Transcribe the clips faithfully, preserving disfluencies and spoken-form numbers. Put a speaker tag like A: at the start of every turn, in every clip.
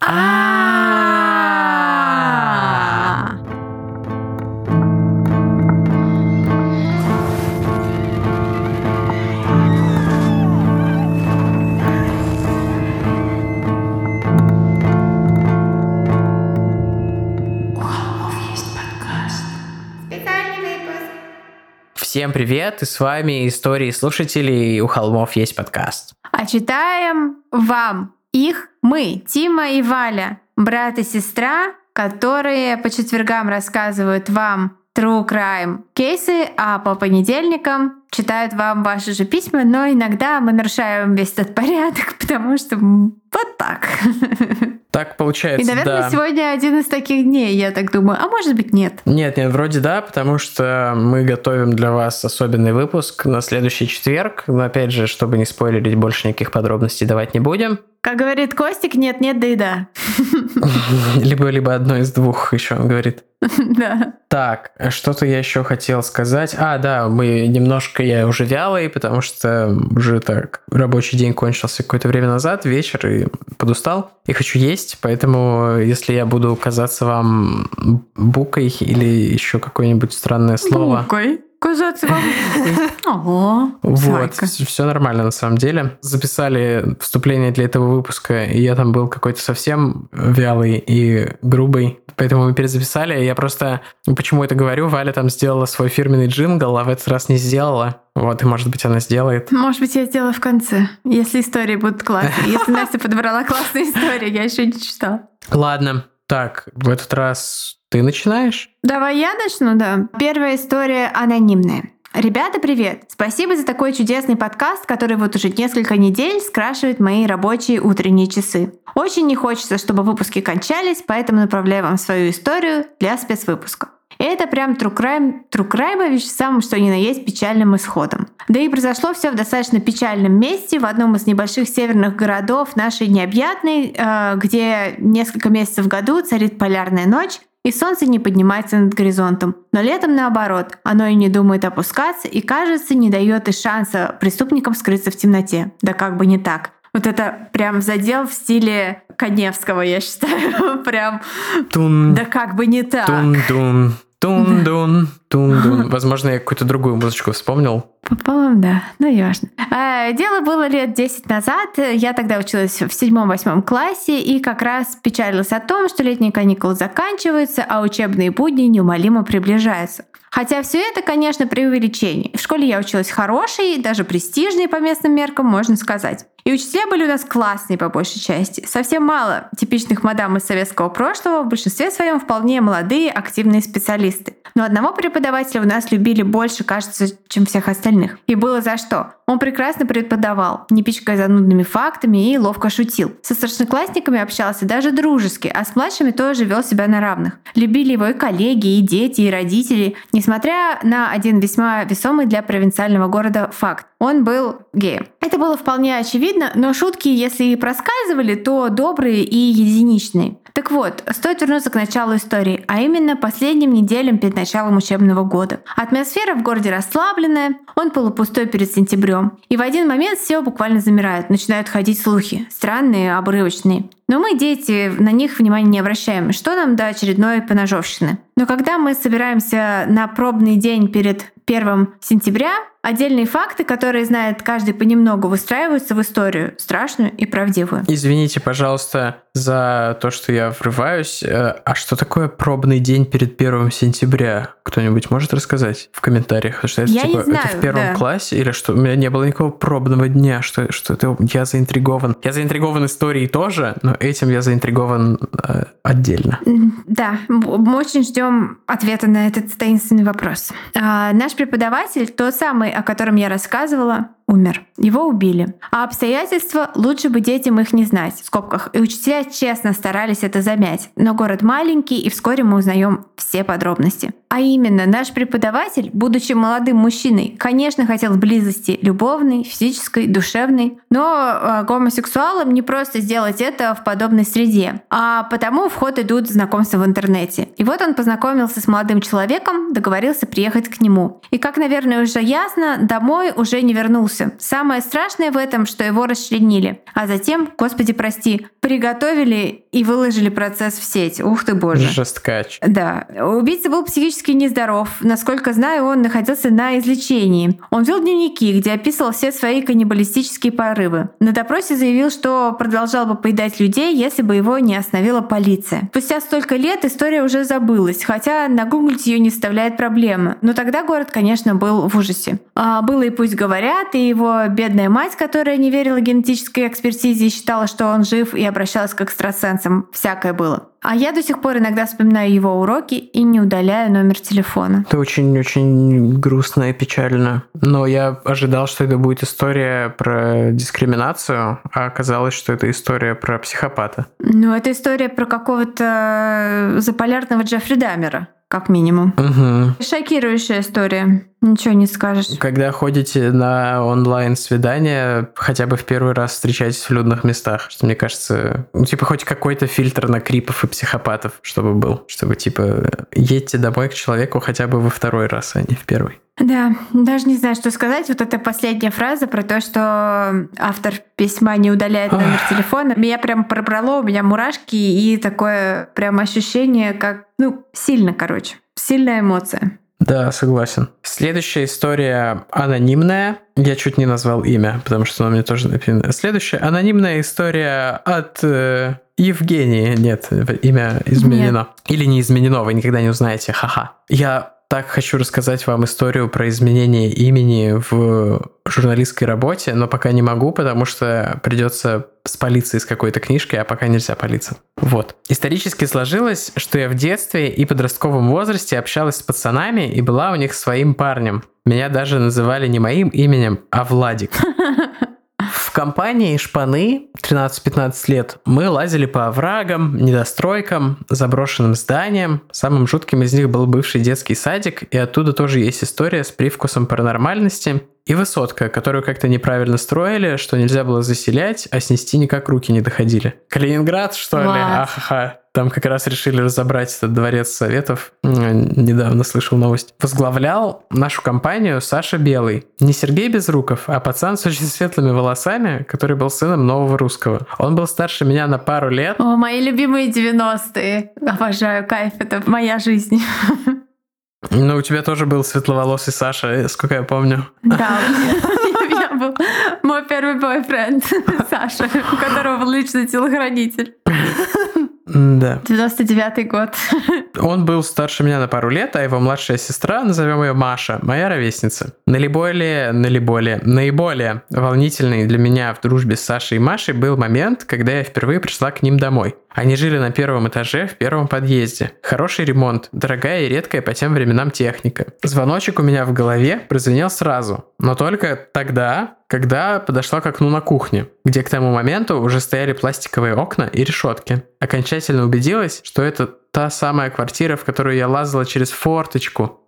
A: А.
B: Всем привет, и с вами истории слушателей «У холмов есть подкаст».
A: А читаем вам их мы, Тима и Валя, брат и сестра, которые по четвергам рассказывают вам true crime кейсы, а по понедельникам читают вам ваши же письма, но иногда мы нарушаем весь этот порядок, потому что вот так.
B: Так получается,
A: И, наверное,
B: да.
A: сегодня один из таких дней, я так думаю. А может быть, нет.
B: Нет, нет, вроде да, потому что мы готовим для вас особенный выпуск на следующий четверг. Но опять же, чтобы не спойлерить, больше никаких подробностей давать не будем.
A: Как говорит Костик, нет-нет, да и да.
B: Либо-либо одно из двух еще он говорит.
A: Да.
B: Так, что-то я еще хотел сказать. А, да, мы немножко, я уже вялый, потому что уже так рабочий день кончился какое-то время назад, вечер, и подустал, и хочу есть, поэтому если я буду казаться вам букой или еще какое-нибудь странное слово...
A: Букой? Казаться вам букой? Ого,
B: вот, все нормально на самом деле. Записали вступление для этого выпуска, и я там был какой-то совсем вялый и грубый, поэтому мы перезаписали. Я просто, почему это говорю, Валя там сделала свой фирменный джингл, а в этот раз не сделала. Вот, и может быть она сделает.
A: Может быть, я сделаю в конце, если истории будут классные. Если Настя подобрала классные истории, я еще не читала.
B: Ладно, так, в этот раз ты начинаешь?
A: Давай я начну, да. Первая история анонимная. Ребята, привет! Спасибо за такой чудесный подкаст, который вот уже несколько недель скрашивает мои рабочие утренние часы. Очень не хочется, чтобы выпуски кончались, поэтому направляю вам свою историю для спецвыпуска. И это прям true crime, true crime с самым что ни на есть печальным исходом. Да и произошло все в достаточно печальном месте, в одном из небольших северных городов нашей необъятной, где несколько месяцев в году царит полярная ночь, и солнце не поднимается над горизонтом. Но летом наоборот, оно и не думает опускаться, и, кажется, не дает и шанса преступникам скрыться в темноте. Да как бы не так. Вот это прям задел в стиле Каневского, я считаю. Прям
B: Тун,
A: да как бы не так.
B: Тун-дун, тун-дун, тун-дун. Возможно, я какую-то другую музычку вспомнил.
A: По-моему, да, но не важно. Дело было лет десять назад. Я тогда училась в седьмом-восьмом классе и как раз печалилась о том, что летние каникулы заканчиваются, а учебные будни неумолимо приближаются. Хотя все это, конечно, преувеличение. В школе я училась хорошей, даже престижной по местным меркам, можно сказать. И учителя были у нас классные по большей части. Совсем мало типичных мадам из советского прошлого, в большинстве своем вполне молодые, активные специалисты. Но одного преподавателя у нас любили больше, кажется, чем всех остальных. И было за что. Он прекрасно преподавал, не пичкая занудными фактами, и ловко шутил. Со старшеклассниками общался даже дружески, а с младшими тоже вел себя на равных. Любили его и коллеги, и дети, и родители, несмотря на один весьма весомый для провинциального города факт. Он был геем. Это было вполне очевидно, но шутки, если и проскальзывали, то добрые и единичные. Так вот, стоит вернуться к началу истории, а именно последним неделям перед началом учебного года. Атмосфера в городе расслабленная, он полупустой перед сентябрем. И в один момент все буквально замирают, начинают ходить слухи, странные, обрывочные. Но мы, дети, на них внимания не обращаем. Что нам до очередной поножовщины? Но когда мы собираемся на пробный день перед первым сентября, отдельные факты, которые знает каждый понемногу, выстраиваются в историю, страшную и правдивую.
B: Извините, пожалуйста, за то, что я врываюсь. А что такое пробный день перед первым сентября? Кто-нибудь может рассказать в комментариях? Потому что это,
A: я
B: типа,
A: не знаю,
B: это в первом
A: да.
B: классе или что? У меня не было никакого пробного дня. Что, что это? Я заинтригован. Я заинтригован историей тоже, но этим я заинтригован э, отдельно.
A: Да, мы очень ждем ответа на этот таинственный вопрос. А, наш преподаватель, тот самый, о котором я рассказывала, умер. Его убили. А обстоятельства лучше бы детям их не знать, в скобках. И учителя честно старались это замять. Но город маленький, и вскоре мы узнаем все подробности. А именно, наш преподаватель, будучи молодым мужчиной, конечно, хотел близости любовной, физической, душевной, но гомосексуалам не просто сделать это в подобной среде, а потому в ход идут знакомства в интернете. И вот он познакомился с молодым человеком, договорился приехать к нему. И, как, наверное, уже ясно, домой уже не вернулся лишился. Самое страшное в этом, что его расчленили, а затем, господи прости, приготовили и выложили процесс в сеть. Ух ты, боже.
B: Жесткач.
A: Да. Убийца был психически нездоров. Насколько знаю, он находился на излечении. Он вел дневники, где описывал все свои каннибалистические порывы. На допросе заявил, что продолжал бы поедать людей, если бы его не остановила полиция. Спустя столько лет история уже забылась, хотя нагуглить ее не составляет проблемы. Но тогда город, конечно, был в ужасе. А было и пусть говорят, и его бедная мать, которая не верила генетической экспертизе и считала, что он жив, и обращалась к экстрасенсам. Всякое было. А я до сих пор иногда вспоминаю его уроки и не удаляю номер телефона.
B: Это очень-очень грустно и печально. Но я ожидал, что это будет история про дискриминацию, а оказалось, что это история про психопата.
A: Ну, это история про какого-то заполярного Джеффри Даммера, как минимум.
B: Угу.
A: Шокирующая история. Ничего не скажешь.
B: Когда ходите на онлайн-свидание, хотя бы в первый раз встречайтесь в людных местах. Что, мне кажется, ну, типа, хоть какой-то фильтр на крипов и психопатов, чтобы был. Чтобы, типа, едьте домой к человеку хотя бы во второй раз, а не в первый.
A: Да, даже не знаю, что сказать. Вот эта последняя фраза про то, что автор письма не удаляет номер телефона, меня прям пробрало, у меня мурашки и такое прям ощущение, как, ну, сильно, короче, сильная эмоция.
B: Да, согласен. Следующая история анонимная. Я чуть не назвал имя, потому что она мне тоже написано. Следующая анонимная история от э, Евгении. Нет, имя изменено. Нет. Или не изменено, вы никогда не узнаете. Ха-ха. Я так хочу рассказать вам историю про изменение имени в журналистской работе, но пока не могу, потому что придется спалиться из какой-то книжки, а пока нельзя палиться. Вот. Исторически сложилось, что я в детстве и подростковом возрасте общалась с пацанами и была у них своим парнем. Меня даже называли не моим именем, а Владик. В компании шпаны тринадцать-пятнадцать лет мы лазили по оврагам, недостройкам, заброшенным зданиям. Самым жутким из них был бывший детский садик, и оттуда тоже есть история с привкусом паранормальности. И высотка, которую как-то неправильно строили, что нельзя было заселять, а снести никак руки не доходили. Калининград, что ли? Ахаха. Там как раз решили разобрать этот дворец советов. Недавно слышал новость. Возглавлял нашу компанию Саша Белый. Не Сергей Безруков, а пацан с очень светлыми волосами, который был сыном нового русского. Он был старше меня на пару лет.
A: О, мои любимые девяностые. Обожаю, кайф, это моя жизнь.
B: Ну, у тебя тоже был светловолосый Саша, сколько я помню.
A: Да, у меня был мой первый бойфренд Саша, у которого был личный телохранитель.
B: Да.
A: девяносто девятый год.
B: Он был старше меня на пару лет, а его младшая сестра, назовем ее Маша, моя ровесница. Наиболее, наиболее, наиболее волнительный для меня в дружбе с Сашей и Машей был момент, когда я впервые пришла к ним домой. Они жили на первом этаже в первом подъезде. Хороший ремонт, дорогая и редкая по тем временам техника. Звоночек у меня в голове прозвенел сразу, но только тогда, когда подошла к окну на кухне, где к тому моменту уже стояли пластиковые окна и решетки. Окончательно убедилась, что это та самая квартира, в которую я лазала через форточку.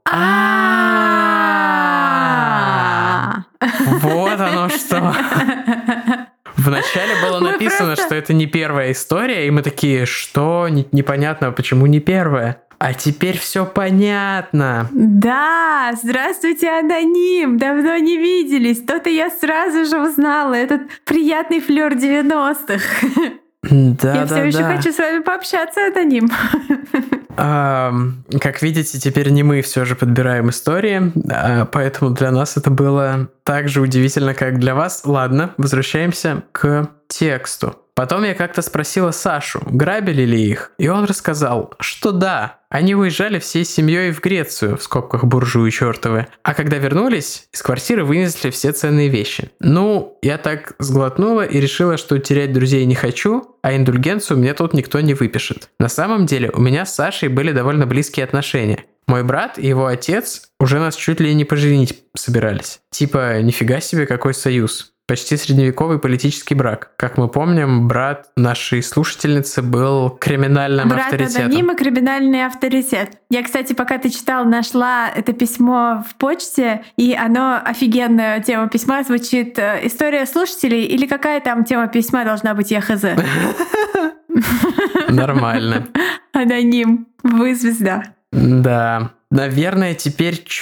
B: Вот оно что. Вначале было написано, просто... что это не первая история, и мы такие, что? Непонятно, почему не первая? А теперь все понятно.
A: Да, здравствуйте, аноним. Давно не виделись. То-то я сразу же узнала этот приятный флёр девяностых.
B: Да,
A: я
B: да,
A: все еще
B: да.
A: хочу с вами пообщаться, аноним.
B: А, как видите, теперь не мы все же подбираем истории, а, поэтому для нас это было так же удивительно, как для вас. Ладно, возвращаемся к тексту. Потом я как-то спросила Сашу, грабили ли их, и он рассказал, что да, они уезжали всей семьей в Грецию, в скобках буржуи чертовы, а когда вернулись, из квартиры вынесли все ценные вещи. Ну, я так сглотнула и решила, что терять друзей не хочу, а индульгенцию мне тут никто не выпишет. На самом деле у меня с Сашей были довольно близкие отношения. Мой брат и его отец уже нас чуть ли не поженить собирались. Типа, нифига себе, какой союз. Почти средневековый политический брак. Как мы помним, брат нашей слушательницы был криминальным
A: брат
B: авторитетом.
A: Брат аноним и криминальный авторитет. Я, кстати, пока ты читал, нашла это письмо в почте, и оно офигенная тема письма звучит. История слушателей или какая там тема письма должна быть, я хз?
B: Нормально.
A: Аноним. Вы звезда.
B: Да. Наверное, теперь чуть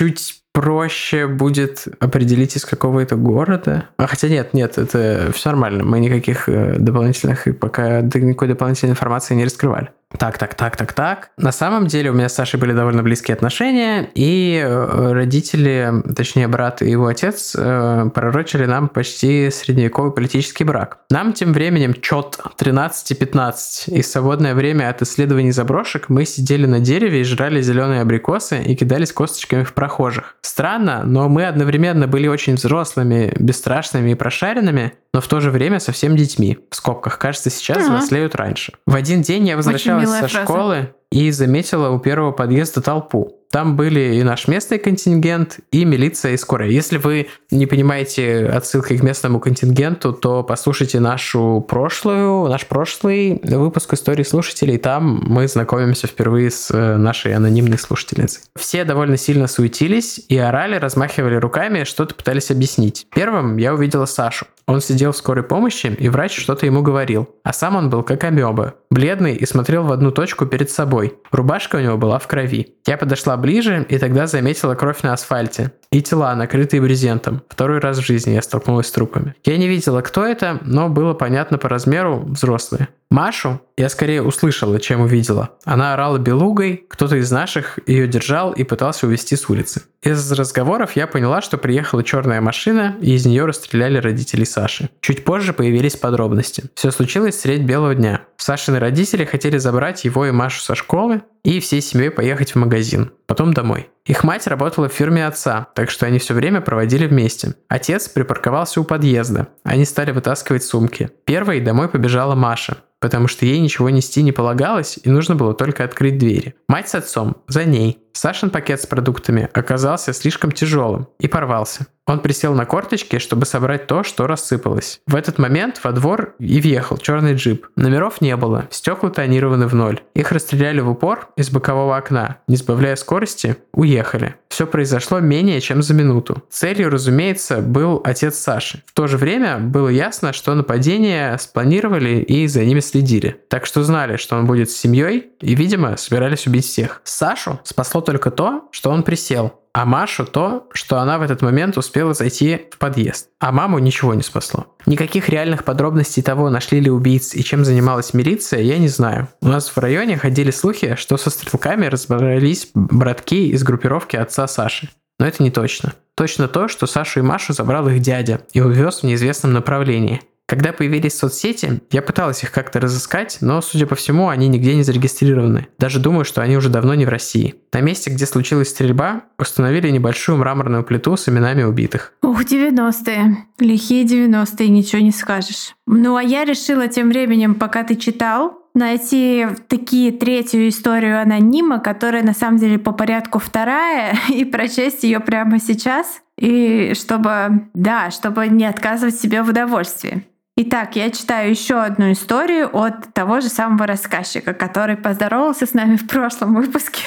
B: проще будет определить, из какого это города. А хотя нет, нет, это все нормально. Мы никаких дополнительных и пока никакой дополнительной информации не раскрывали. Так, так, так, так, так. На самом деле у меня с Сашей были довольно близкие отношения, и родители, точнее брат и его отец, пророчили нам почти средневековый политический брак. Нам тем временем чет тринадцать-пятнадцать, и в свободное время от исследований заброшек мы сидели на дереве и жрали зеленые абрикосы и кидались косточками в прохожих. Странно, но мы одновременно были очень взрослыми, бесстрашными и прошаренными, но в то же время совсем детьми. В скобках, кажется, сейчас
A: ага.
B: взрослеют раньше. В один день я возвращалась со
A: фраза.
B: школы и заметила у первого подъезда толпу. Там были и наш местный контингент, и милиция, и скорая. Если вы не понимаете отсылки к местному контингенту, то послушайте нашу прошлую, наш прошлый выпуск истории слушателей. Там мы знакомимся впервые с нашей анонимной слушательницей. Все довольно сильно суетились и орали, размахивали руками, что-то пытались объяснить. Первым я увидела Сашу. Он сидел в скорой помощи, и врач что-то ему говорил. А сам он был как амеба, бледный и смотрел в одну точку перед собой. Рубашка у него была в крови. Я подошла ближе, и тогда заметила кровь на асфальте. И тела, накрытые брезентом. Второй раз в жизни я столкнулась с трупами. Я не видела, кто это, но было понятно по размеру — взрослые. Машу я скорее услышала, чем увидела. Она орала белугой, кто-то из наших ее держал и пытался увезти с улицы. Из разговоров я поняла, что приехала черная машина, и из нее расстреляли родителей Саши. Чуть позже появились подробности. Все случилось средь белого дня. Сашины родители хотели забрать его и Машу со школы и всей семьей поехать в магазин, потом домой. Их мать работала в фирме отца, так что они все время проводили вместе. Отец припарковался у подъезда. Они стали вытаскивать сумки. Первой домой побежала Маша, потому что ей ничего нести не полагалось, и нужно было только открыть двери. Мать с отцом за ней. Сашин пакет с продуктами оказался слишком тяжелым и порвался. Он присел на корточки, чтобы собрать то, что рассыпалось. В этот момент во двор и въехал черный джип. Номеров не было, стекла тонированы в ноль. Их расстреляли в упор из бокового окна. Не сбавляя скорости, уехали. Все произошло менее чем за минуту. Целью, разумеется, был отец Саши. В то же время было ясно, что нападение спланировали и за ними следили. Так что знали, что он будет с семьей, и, видимо, собирались убить всех. Сашу спасло только то, что он присел. А Машу то, что она в этот момент успела зайти в подъезд. А маму ничего не спасло. Никаких реальных подробностей того, нашли ли убийц и чем занималась милиция, я не знаю. У нас в районе ходили слухи, что со стрелками разбрались братки из группировки отца Саши. Но это не точно. Точно то, что Сашу и Машу забрал их дядя и увез в неизвестном направлении. Когда появились соцсети, я пыталась их как-то разыскать, но, судя по всему, они нигде не зарегистрированы. Даже думаю, что они уже давно не в России. На месте, где случилась стрельба, установили небольшую мраморную плиту с именами убитых.
A: Ух, девяностые. Лихие девяностые, ничего не скажешь. Ну, а я решила тем временем, пока ты читал, найти такие третью историю анонима, которая на самом деле по порядку вторая, и прочесть ее прямо сейчас, и чтобы, да, чтобы не отказывать себе в удовольствии. Итак, я читаю еще одну историю от того же самого рассказчика, который поздоровался с нами в прошлом выпуске.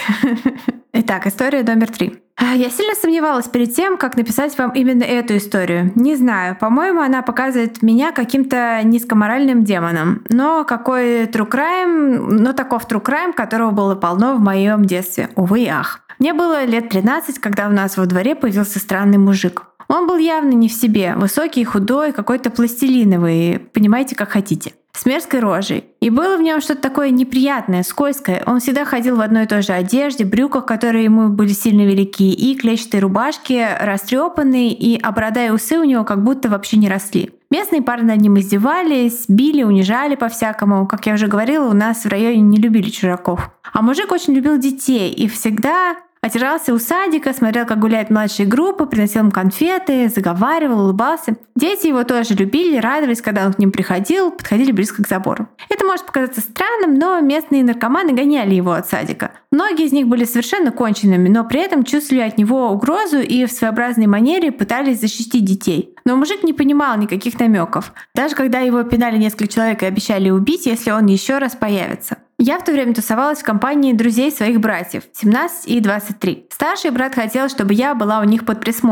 A: Итак, история номер три. Я сильно сомневалась перед тем, как написать вам именно эту историю. Не знаю, по-моему, она показывает меня каким-то низкоморальным демоном. Но какой true crime, но таков true crime, которого было полно в моем детстве. Увы и ах. Мне было лет тринадцать, когда у нас во дворе появился странный мужик. Он был явно не в себе, высокий, худой, какой-то пластилиновый, понимаете, как хотите, с мерзкой рожей. И было в нем что-то такое неприятное, скользкое. Он всегда ходил в одной и той же одежде, брюках, которые ему были сильно велики, и клетчатой рубашке, растрепанной, и а борода и усы у него как будто вообще не росли. Местные парни над ним издевались, били, унижали по-всякому. Как я уже говорила, у нас в районе не любили чужаков. А мужик очень любил детей и всегда отирался у садика, смотрел, как гуляют младшие группы, приносил им конфеты, заговаривал, улыбался. Дети его тоже любили, радовались, когда он к ним приходил, подходили близко к забору. Это может показаться странным, но местные наркоманы гоняли его от садика. Многие из них были совершенно конченными, но при этом чувствовали от него угрозу и в своеобразной манере пытались защитить детей. Но мужик не понимал никаких намеков, даже когда его пинали несколько человек и обещали убить, если он еще раз появится. Я в то время тусовалась в компании друзей своих братьев, семнадцать и двадцать три. Старший брат хотел, чтобы я была у них под присмотром.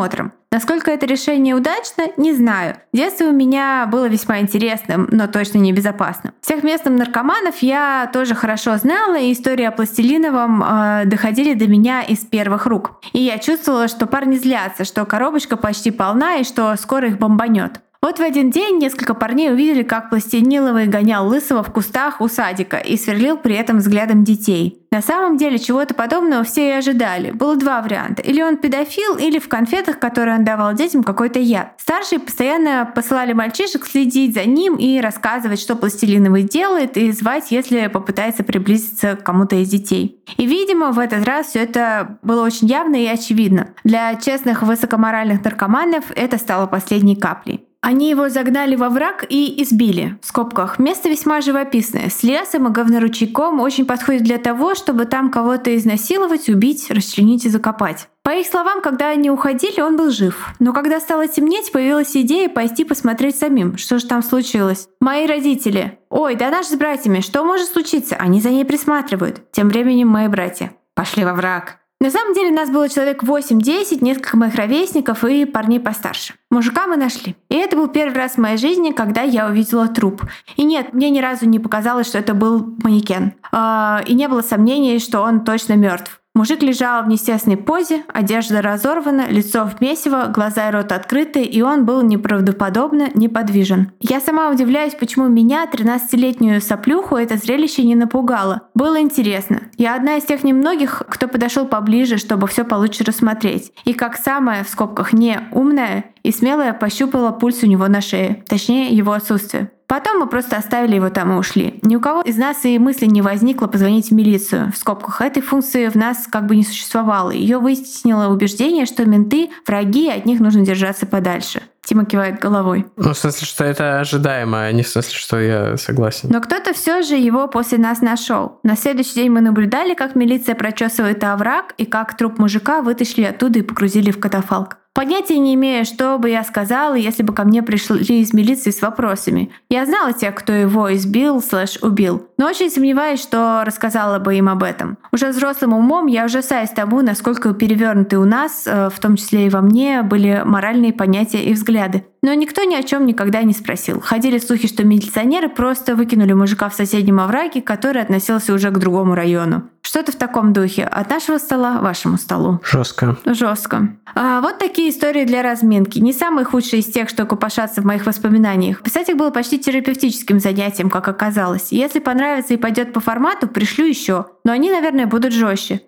A: Насколько это решение удачно, не знаю. Детство у меня было весьма интересным, но точно не безопасным. Всех местных наркоманов я тоже хорошо знала, и истории о пластилиновом э, доходили до меня из первых рук. И я чувствовала, что парни злятся, что коробочка почти полна и что скоро их бомбанет. Вот в один день несколько парней увидели, как пластилиновый гонял лысого в кустах у садика и сверлил при этом взглядом детей. На самом деле чего-то подобного все и ожидали. Было два варианта. Или он педофил, или в конфетах, которые он давал детям, какой-то яд. Старшие постоянно посылали мальчишек следить за ним и рассказывать, что пластилиновый делает, и звать, если попытается приблизиться к кому-то из детей. И, видимо, в этот раз все это было очень явно и очевидно. Для честных высокоморальных наркоманов это стало последней каплей. Они его загнали во враг и избили. В скобках. Место весьма живописное. С лесом и говноручейком очень подходит для того, чтобы там кого-то изнасиловать, убить, расчленить и закопать. По их словам, когда они уходили, он был жив. Но когда стало темнеть, появилась идея пойти посмотреть самим, что же там случилось. Мои родители. Ой, да наш с братьями, что может случиться? Они за ней присматривают. Тем временем мои братья. Пошли во враг. На самом деле нас было человек восемь-десять, несколько моих ровесников и парней постарше. Мужика мы нашли. И это был первый раз в моей жизни, когда я увидела труп. И нет, мне ни разу не показалось, что это был манекен. И не было сомнений, что он точно мертв. Мужик лежал в неестественной позе, одежда разорвана, лицо в месиво, глаза и рот открыты, и он был неправдоподобно неподвижен. Я сама удивляюсь, почему меня, тринадцатилетнюю соплюху, это зрелище не напугало. Было интересно. Я одна из тех немногих, кто подошел поближе, чтобы все получше рассмотреть. И как самая, в скобках, не умная и смелая пощупала пульс у него на шее. Точнее, его отсутствие. Потом мы просто оставили его там и ушли. Ни у кого из нас и мысли не возникло позвонить в милицию. В скобках, этой функции в нас как бы не существовало. Ее вытеснило убеждение, что менты — враги, и от них нужно держаться подальше. Тима кивает головой.
B: Ну, в смысле, что это ожидаемо, а не в смысле, что я согласен.
A: Но кто-то все же его после нас нашел. На следующий день мы наблюдали, как милиция прочесывает овраг и как труп мужика вытащили оттуда и погрузили в катафалк. Понятия не имею, что бы я сказала, если бы ко мне пришли из милиции с вопросами. Я знала тех, кто его избил слэш убил, но очень сомневаюсь, что рассказала бы им об этом. Уже взрослым умом я ужасаюсь тому, насколько перевернуты у нас, в том числе и во мне, были моральные понятия и взгляды. Но никто ни о чем никогда не спросил. Ходили слухи, что милиционеры просто выкинули мужика в соседнем овраге, который относился уже к другому району. Что-то в таком духе. От нашего стола вашему столу.
B: Жестко.
A: Жестко. А вот такие истории для разминки. Не самые худшие из тех, что копошатся в моих воспоминаниях. Писать их было почти терапевтическим занятием, как оказалось. Если понравится и пойдет по формату, пришлю еще. Но они, наверное, будут жестче.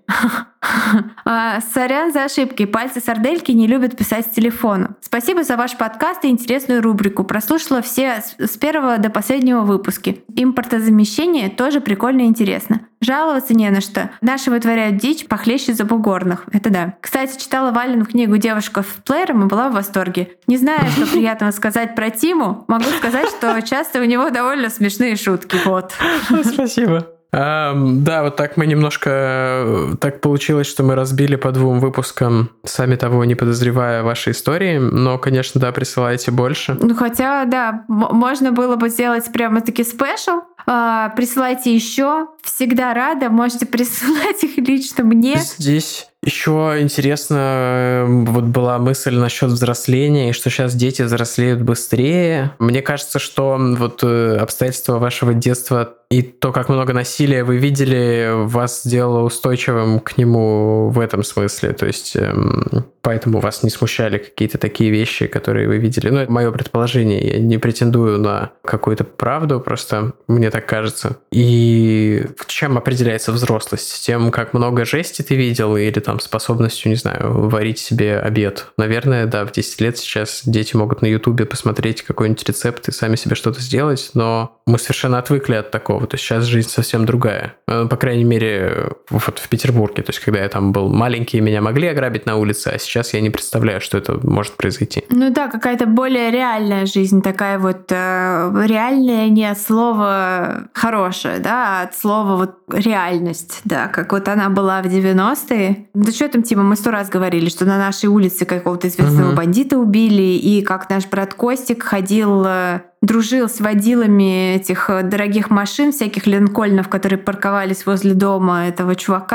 A: Сорян за ошибки. Пальцы сардельки не любят писать с телефона. Спасибо за ваш подкаст и интересную рубрику. Прослушала все с первого до последнего выпуски. Импортозамещение тоже прикольно и интересно. Жаловаться не на что. Наши вытворяют дичь похлеще забугорных. Это да. Кстати, читала Валину книгу «Девушка в плеером» и была в восторге. Не знаю, что приятного сказать про Тиму. Могу сказать, что часто у него довольно смешные шутки. Вот.
B: Спасибо. А, да, вот так мы немножко... Так получилось, что мы разбили по двум выпускам, сами того не подозревая, ваши истории. Но, конечно, да, присылайте больше.
A: Ну, хотя, да, м- можно было бы сделать прямо-таки спешл. А, присылайте еще. Всегда рада. Можете присылать их лично мне.
B: Здесь еще интересно, вот была мысль насчет взросления, и что сейчас дети взрослеют быстрее. Мне кажется, что вот обстоятельства вашего детства и то, как много насилия вы видели, вас сделало устойчивым к нему в этом смысле. То есть поэтому вас не смущали какие-то такие вещи, которые вы видели. Ну, это мое предположение. Я не претендую на какую-то правду, просто мне так кажется. И чем определяется взрослость? Тем, как много жести ты видел, или там способностью, не знаю, варить себе обед. Наверное, да, в десять лет сейчас дети могут на Ютубе посмотреть какой-нибудь рецепт и сами себе что-то сделать, но мы совершенно отвыкли от такого. То есть сейчас жизнь совсем другая. По крайней мере, вот в Петербурге. То есть когда я там был маленький, меня могли ограбить на улице, а сейчас я не представляю, что это может произойти.
A: Ну да, какая-то более реальная жизнь, такая вот э, реальная не от слова хорошая, да, а от слова вот реальность, да, как вот она была в девяностые. Да что там, Тима, мы сто раз говорили, что на нашей улице какого-то известного угу. бандита убили, и как наш брат Костик ходил, дружил с водилами этих дорогих машин, всяких линкольнов, которые парковались возле дома этого чувака.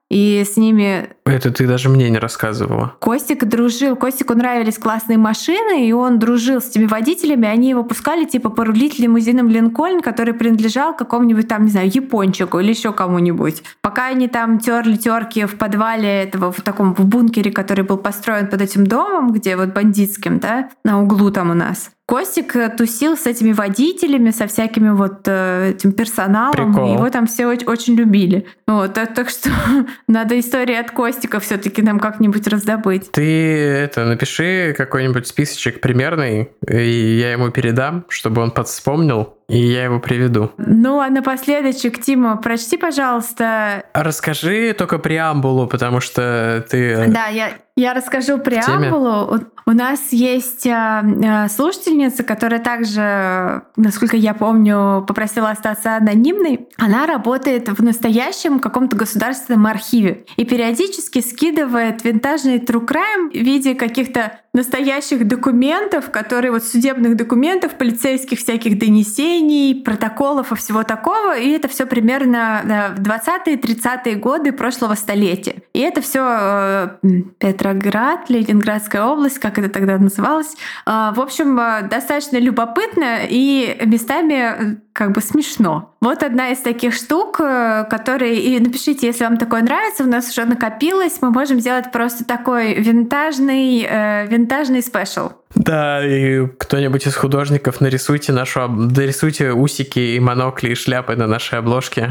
A: и с ними...
B: Это ты даже мне не рассказывала.
A: Костик дружил, Костику нравились классные машины, и он дружил с этими водителями, они его пускали типа порулить лимузином Линкольн, который принадлежал какому-нибудь там, не знаю, япончику или еще кому-нибудь. Пока они там терли терки в подвале этого, в таком в бункере, который был построен под этим домом, где вот бандитским, да, на углу там у нас. Костик тусил с этими водителями, со всякими вот э, этим персоналом.
B: Прикол.
A: Его там все очень, очень любили. Вот, так, так что надо истории от Костика все-таки нам как-нибудь раздобыть.
B: Ты это напиши какой-нибудь списочек примерный, и я ему передам, чтобы он подвспомнил, и я его приведу.
A: Ну, а напоследочек, Тима, прочти, пожалуйста.
B: Расскажи только преамбулу, потому что ты...
A: Да, я, я расскажу преамбулу. У нас есть э, слушательница, которая также, насколько я помню, попросила остаться анонимной. Она работает в настоящем каком-то государственном архиве и периодически скидывает винтажный true crime в виде каких-то настоящих документов, которые вот судебных документов, полицейских всяких донесений, протоколов и всего такого. И это все примерно да, в двадцатые-тридцатые годы прошлого столетия. И это все э, Петроград, Ленинградская область, как это тогда называлось. Э, в общем, э, достаточно любопытно и местами как бы смешно. Вот одна из таких штук, э, которые... И напишите, если вам такое нравится, у нас уже накопилось. Мы можем сделать просто такой винтажный, э, винтажный спешл.
B: Да, и кто-нибудь из художников нарисуйте нашу, нарисуйте усики и монокли и шляпы на нашей обложке.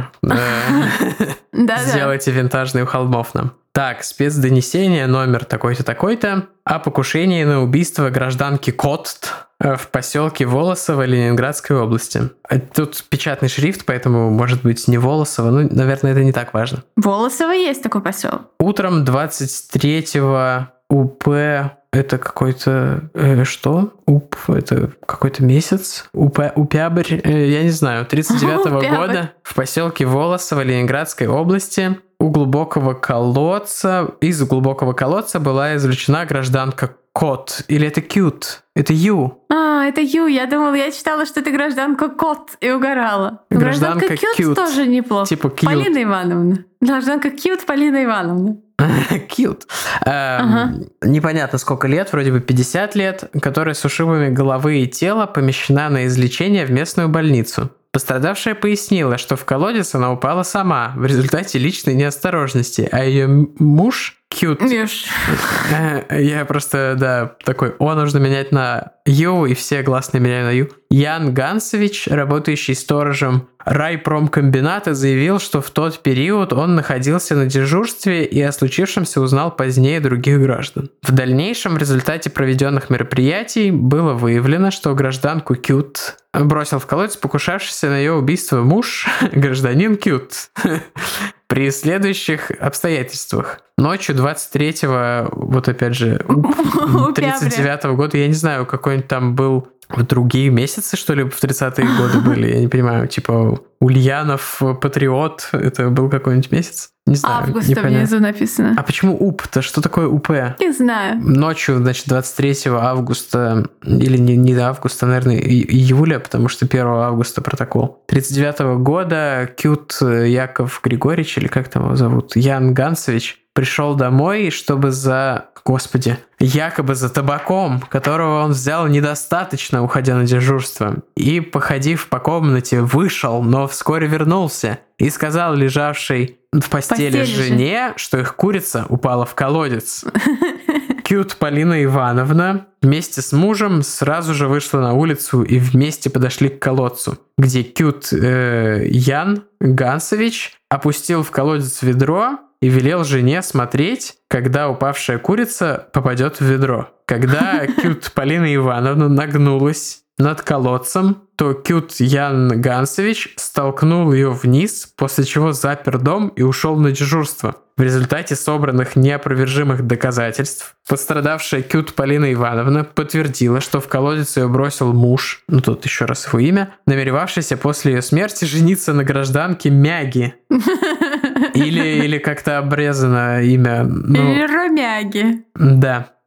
B: Сделайте винтажный у холмов нам. Так, спецдонесение номер такой-то, такой-то о покушении на убийство гражданки Котт в поселке Волосово Ленинградской области. Тут печатный шрифт, поэтому, может быть, не Волосово. Ну, наверное, это не так важно.
A: Волосово есть такой поселок.
B: Утром двадцать третьего УП... Это какой-то... Э, что? УП... Это какой-то месяц? УП... Упябрь? Э, я не знаю. тридцать девятого года в поселке Волосово Ленинградской области у глубокого колодца... Из глубокого колодца была извлечена гражданка Кот. Или это Кют? Это Ю.
A: А, это Ю. Я думала, я читала, что это гражданка Кот и угорала.
B: Гражданка,
A: гражданка Кют,
B: Кют
A: тоже неплохо.
B: Типа Кьют.
A: Полина Ивановна. Гражданка Кют Полина Ивановна.
B: Кьют. Ага. Непонятно, сколько лет, вроде бы пятьдесят лет, которая с ушибами головы и тела помещена на излечение в местную больницу. Пострадавшая пояснила, что в колодец она упала сама в результате личной неосторожности, а ее муж Кьют.
A: Миш.
B: Я просто, да, такой, О нужно менять на Ю, и все гласные меняю на Ю. Ян Гансович, работающий сторожем райпромкомбината, заявил, что в тот период он находился на дежурстве и о случившемся узнал позднее других граждан. В дальнейшем в результате проведенных мероприятий было выявлено, что гражданку Кьют бросил в колодец покушавшийся на ее убийство муж, гражданин Кьют. При следующих обстоятельствах. Ночью двадцать третьего, вот опять же, тридцать девятого года, я не знаю, какой-нибудь там был... В другие месяцы, что ли, в тридцатые годы были? Я не понимаю, типа Ульянов, Патриот, это был какой-нибудь месяц? Не знаю.
A: Август там внизу написано.
B: А почему УП-то? Что такое УП?
A: Не знаю.
B: Ночью, значит, двадцать третьего августа, или не, не августа, наверное, июля, потому что первого августа протокол. тридцать девятого года Кют Яков Григорьевич, или как там его зовут, Ян Гансович, пришел домой, чтобы за... Господи, якобы за табаком, которого он взял недостаточно, уходя на дежурство. И, походив по комнате, вышел, но вскоре вернулся и сказал лежавшей в постели, постели жене, же. что их курица упала в колодец. Кьют Полина Ивановна вместе с мужем сразу же вышла на улицу и вместе подошли к колодцу, где Кьют э, Ян Гансович опустил в колодец ведро и велел жене смотреть, когда упавшая курица попадет в ведро. Когда Кьют Полина Ивановна нагнулась над колодцем, то Кьют Ян Гансович столкнул ее вниз, после чего запер дом и ушел на дежурство. В результате собранных неопровержимых доказательств пострадавшая Кьют Полина Ивановна подтвердила, что в колодец ее бросил муж, ну тут еще раз его имя, намеревавшийся после ее смерти жениться на гражданке Мяги. Или, или как-то обрезано имя. Ну,
A: или Ромяги.
B: Да.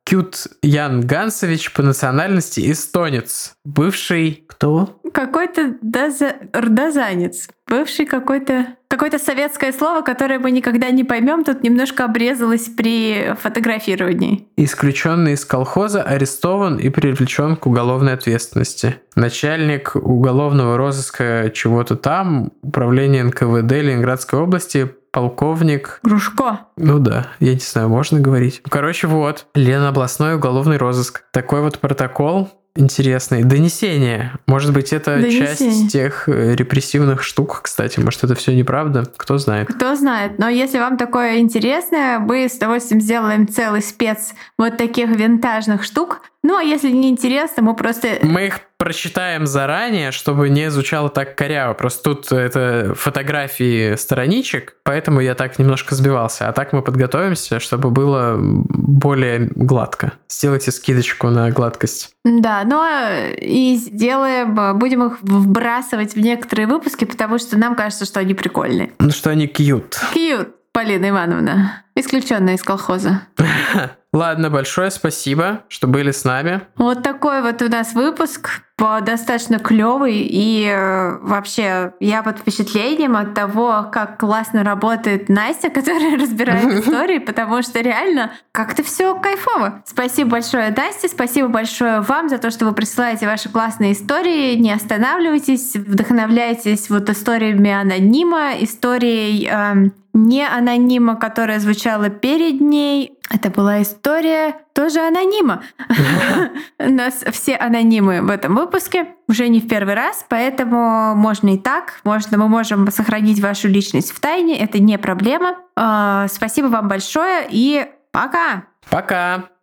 B: Кют Ян Гансович по национальности эстонец. Бывший... Кто?
A: Какой-то доза... рдозанец. Бывший какой-то... Какое-то советское слово, которое мы никогда не поймем, тут немножко обрезалось при фотографировании.
B: Исключенный из колхоза, арестован и привлечен к уголовной ответственности. Начальник уголовного розыска чего-то там, управления эн ка вэ дэ Ленинградской области, полковник...
A: Грушко.
B: Ну да, я не знаю, можно говорить. Ну, короче, вот. Ленобластной уголовный розыск. Такой вот протокол. Интересный. Донесение. Может быть, это
A: Донесение.
B: часть тех репрессивных штук, кстати. Может, это все неправда? Кто знает.
A: Кто знает. Но если вам такое интересно, мы с удовольствием сделаем целый спец вот таких винтажных штук. Ну, а если не интересно, мы просто...
B: Мы их прочитаем заранее, чтобы не звучало так коряво. Просто тут это фотографии страничек, поэтому я так немножко сбивался. А так мы подготовимся, чтобы было более гладко. Сделайте скидочку на гладкость.
A: Да, но и сделаем, будем их вбрасывать в некоторые выпуски, потому что нам кажется, что они прикольные.
B: Ну, что они кьют.
A: Кьют, Полина Ивановна. Исключенная из колхоза.
B: Ладно, большое спасибо, что были с нами.
A: Вот такой вот у нас выпуск, достаточно клевый, и э, вообще я под впечатлением от того, как классно работает Настя, которая разбирает истории, потому что реально как-то все кайфово. Спасибо большое, Настя, спасибо большое вам за то, что вы присылаете ваши классные истории. Не останавливайтесь, вдохновляйтесь вот историями анонима, историей э, не анонима, которая звучала перед ней. Это была история тоже анонима. У нас все анонимы в этом выпуске, уже не в первый раз, поэтому можно и так. Можно, мы можем сохранить вашу личность в тайне, это не проблема. Спасибо вам большое и пока!
B: Пока!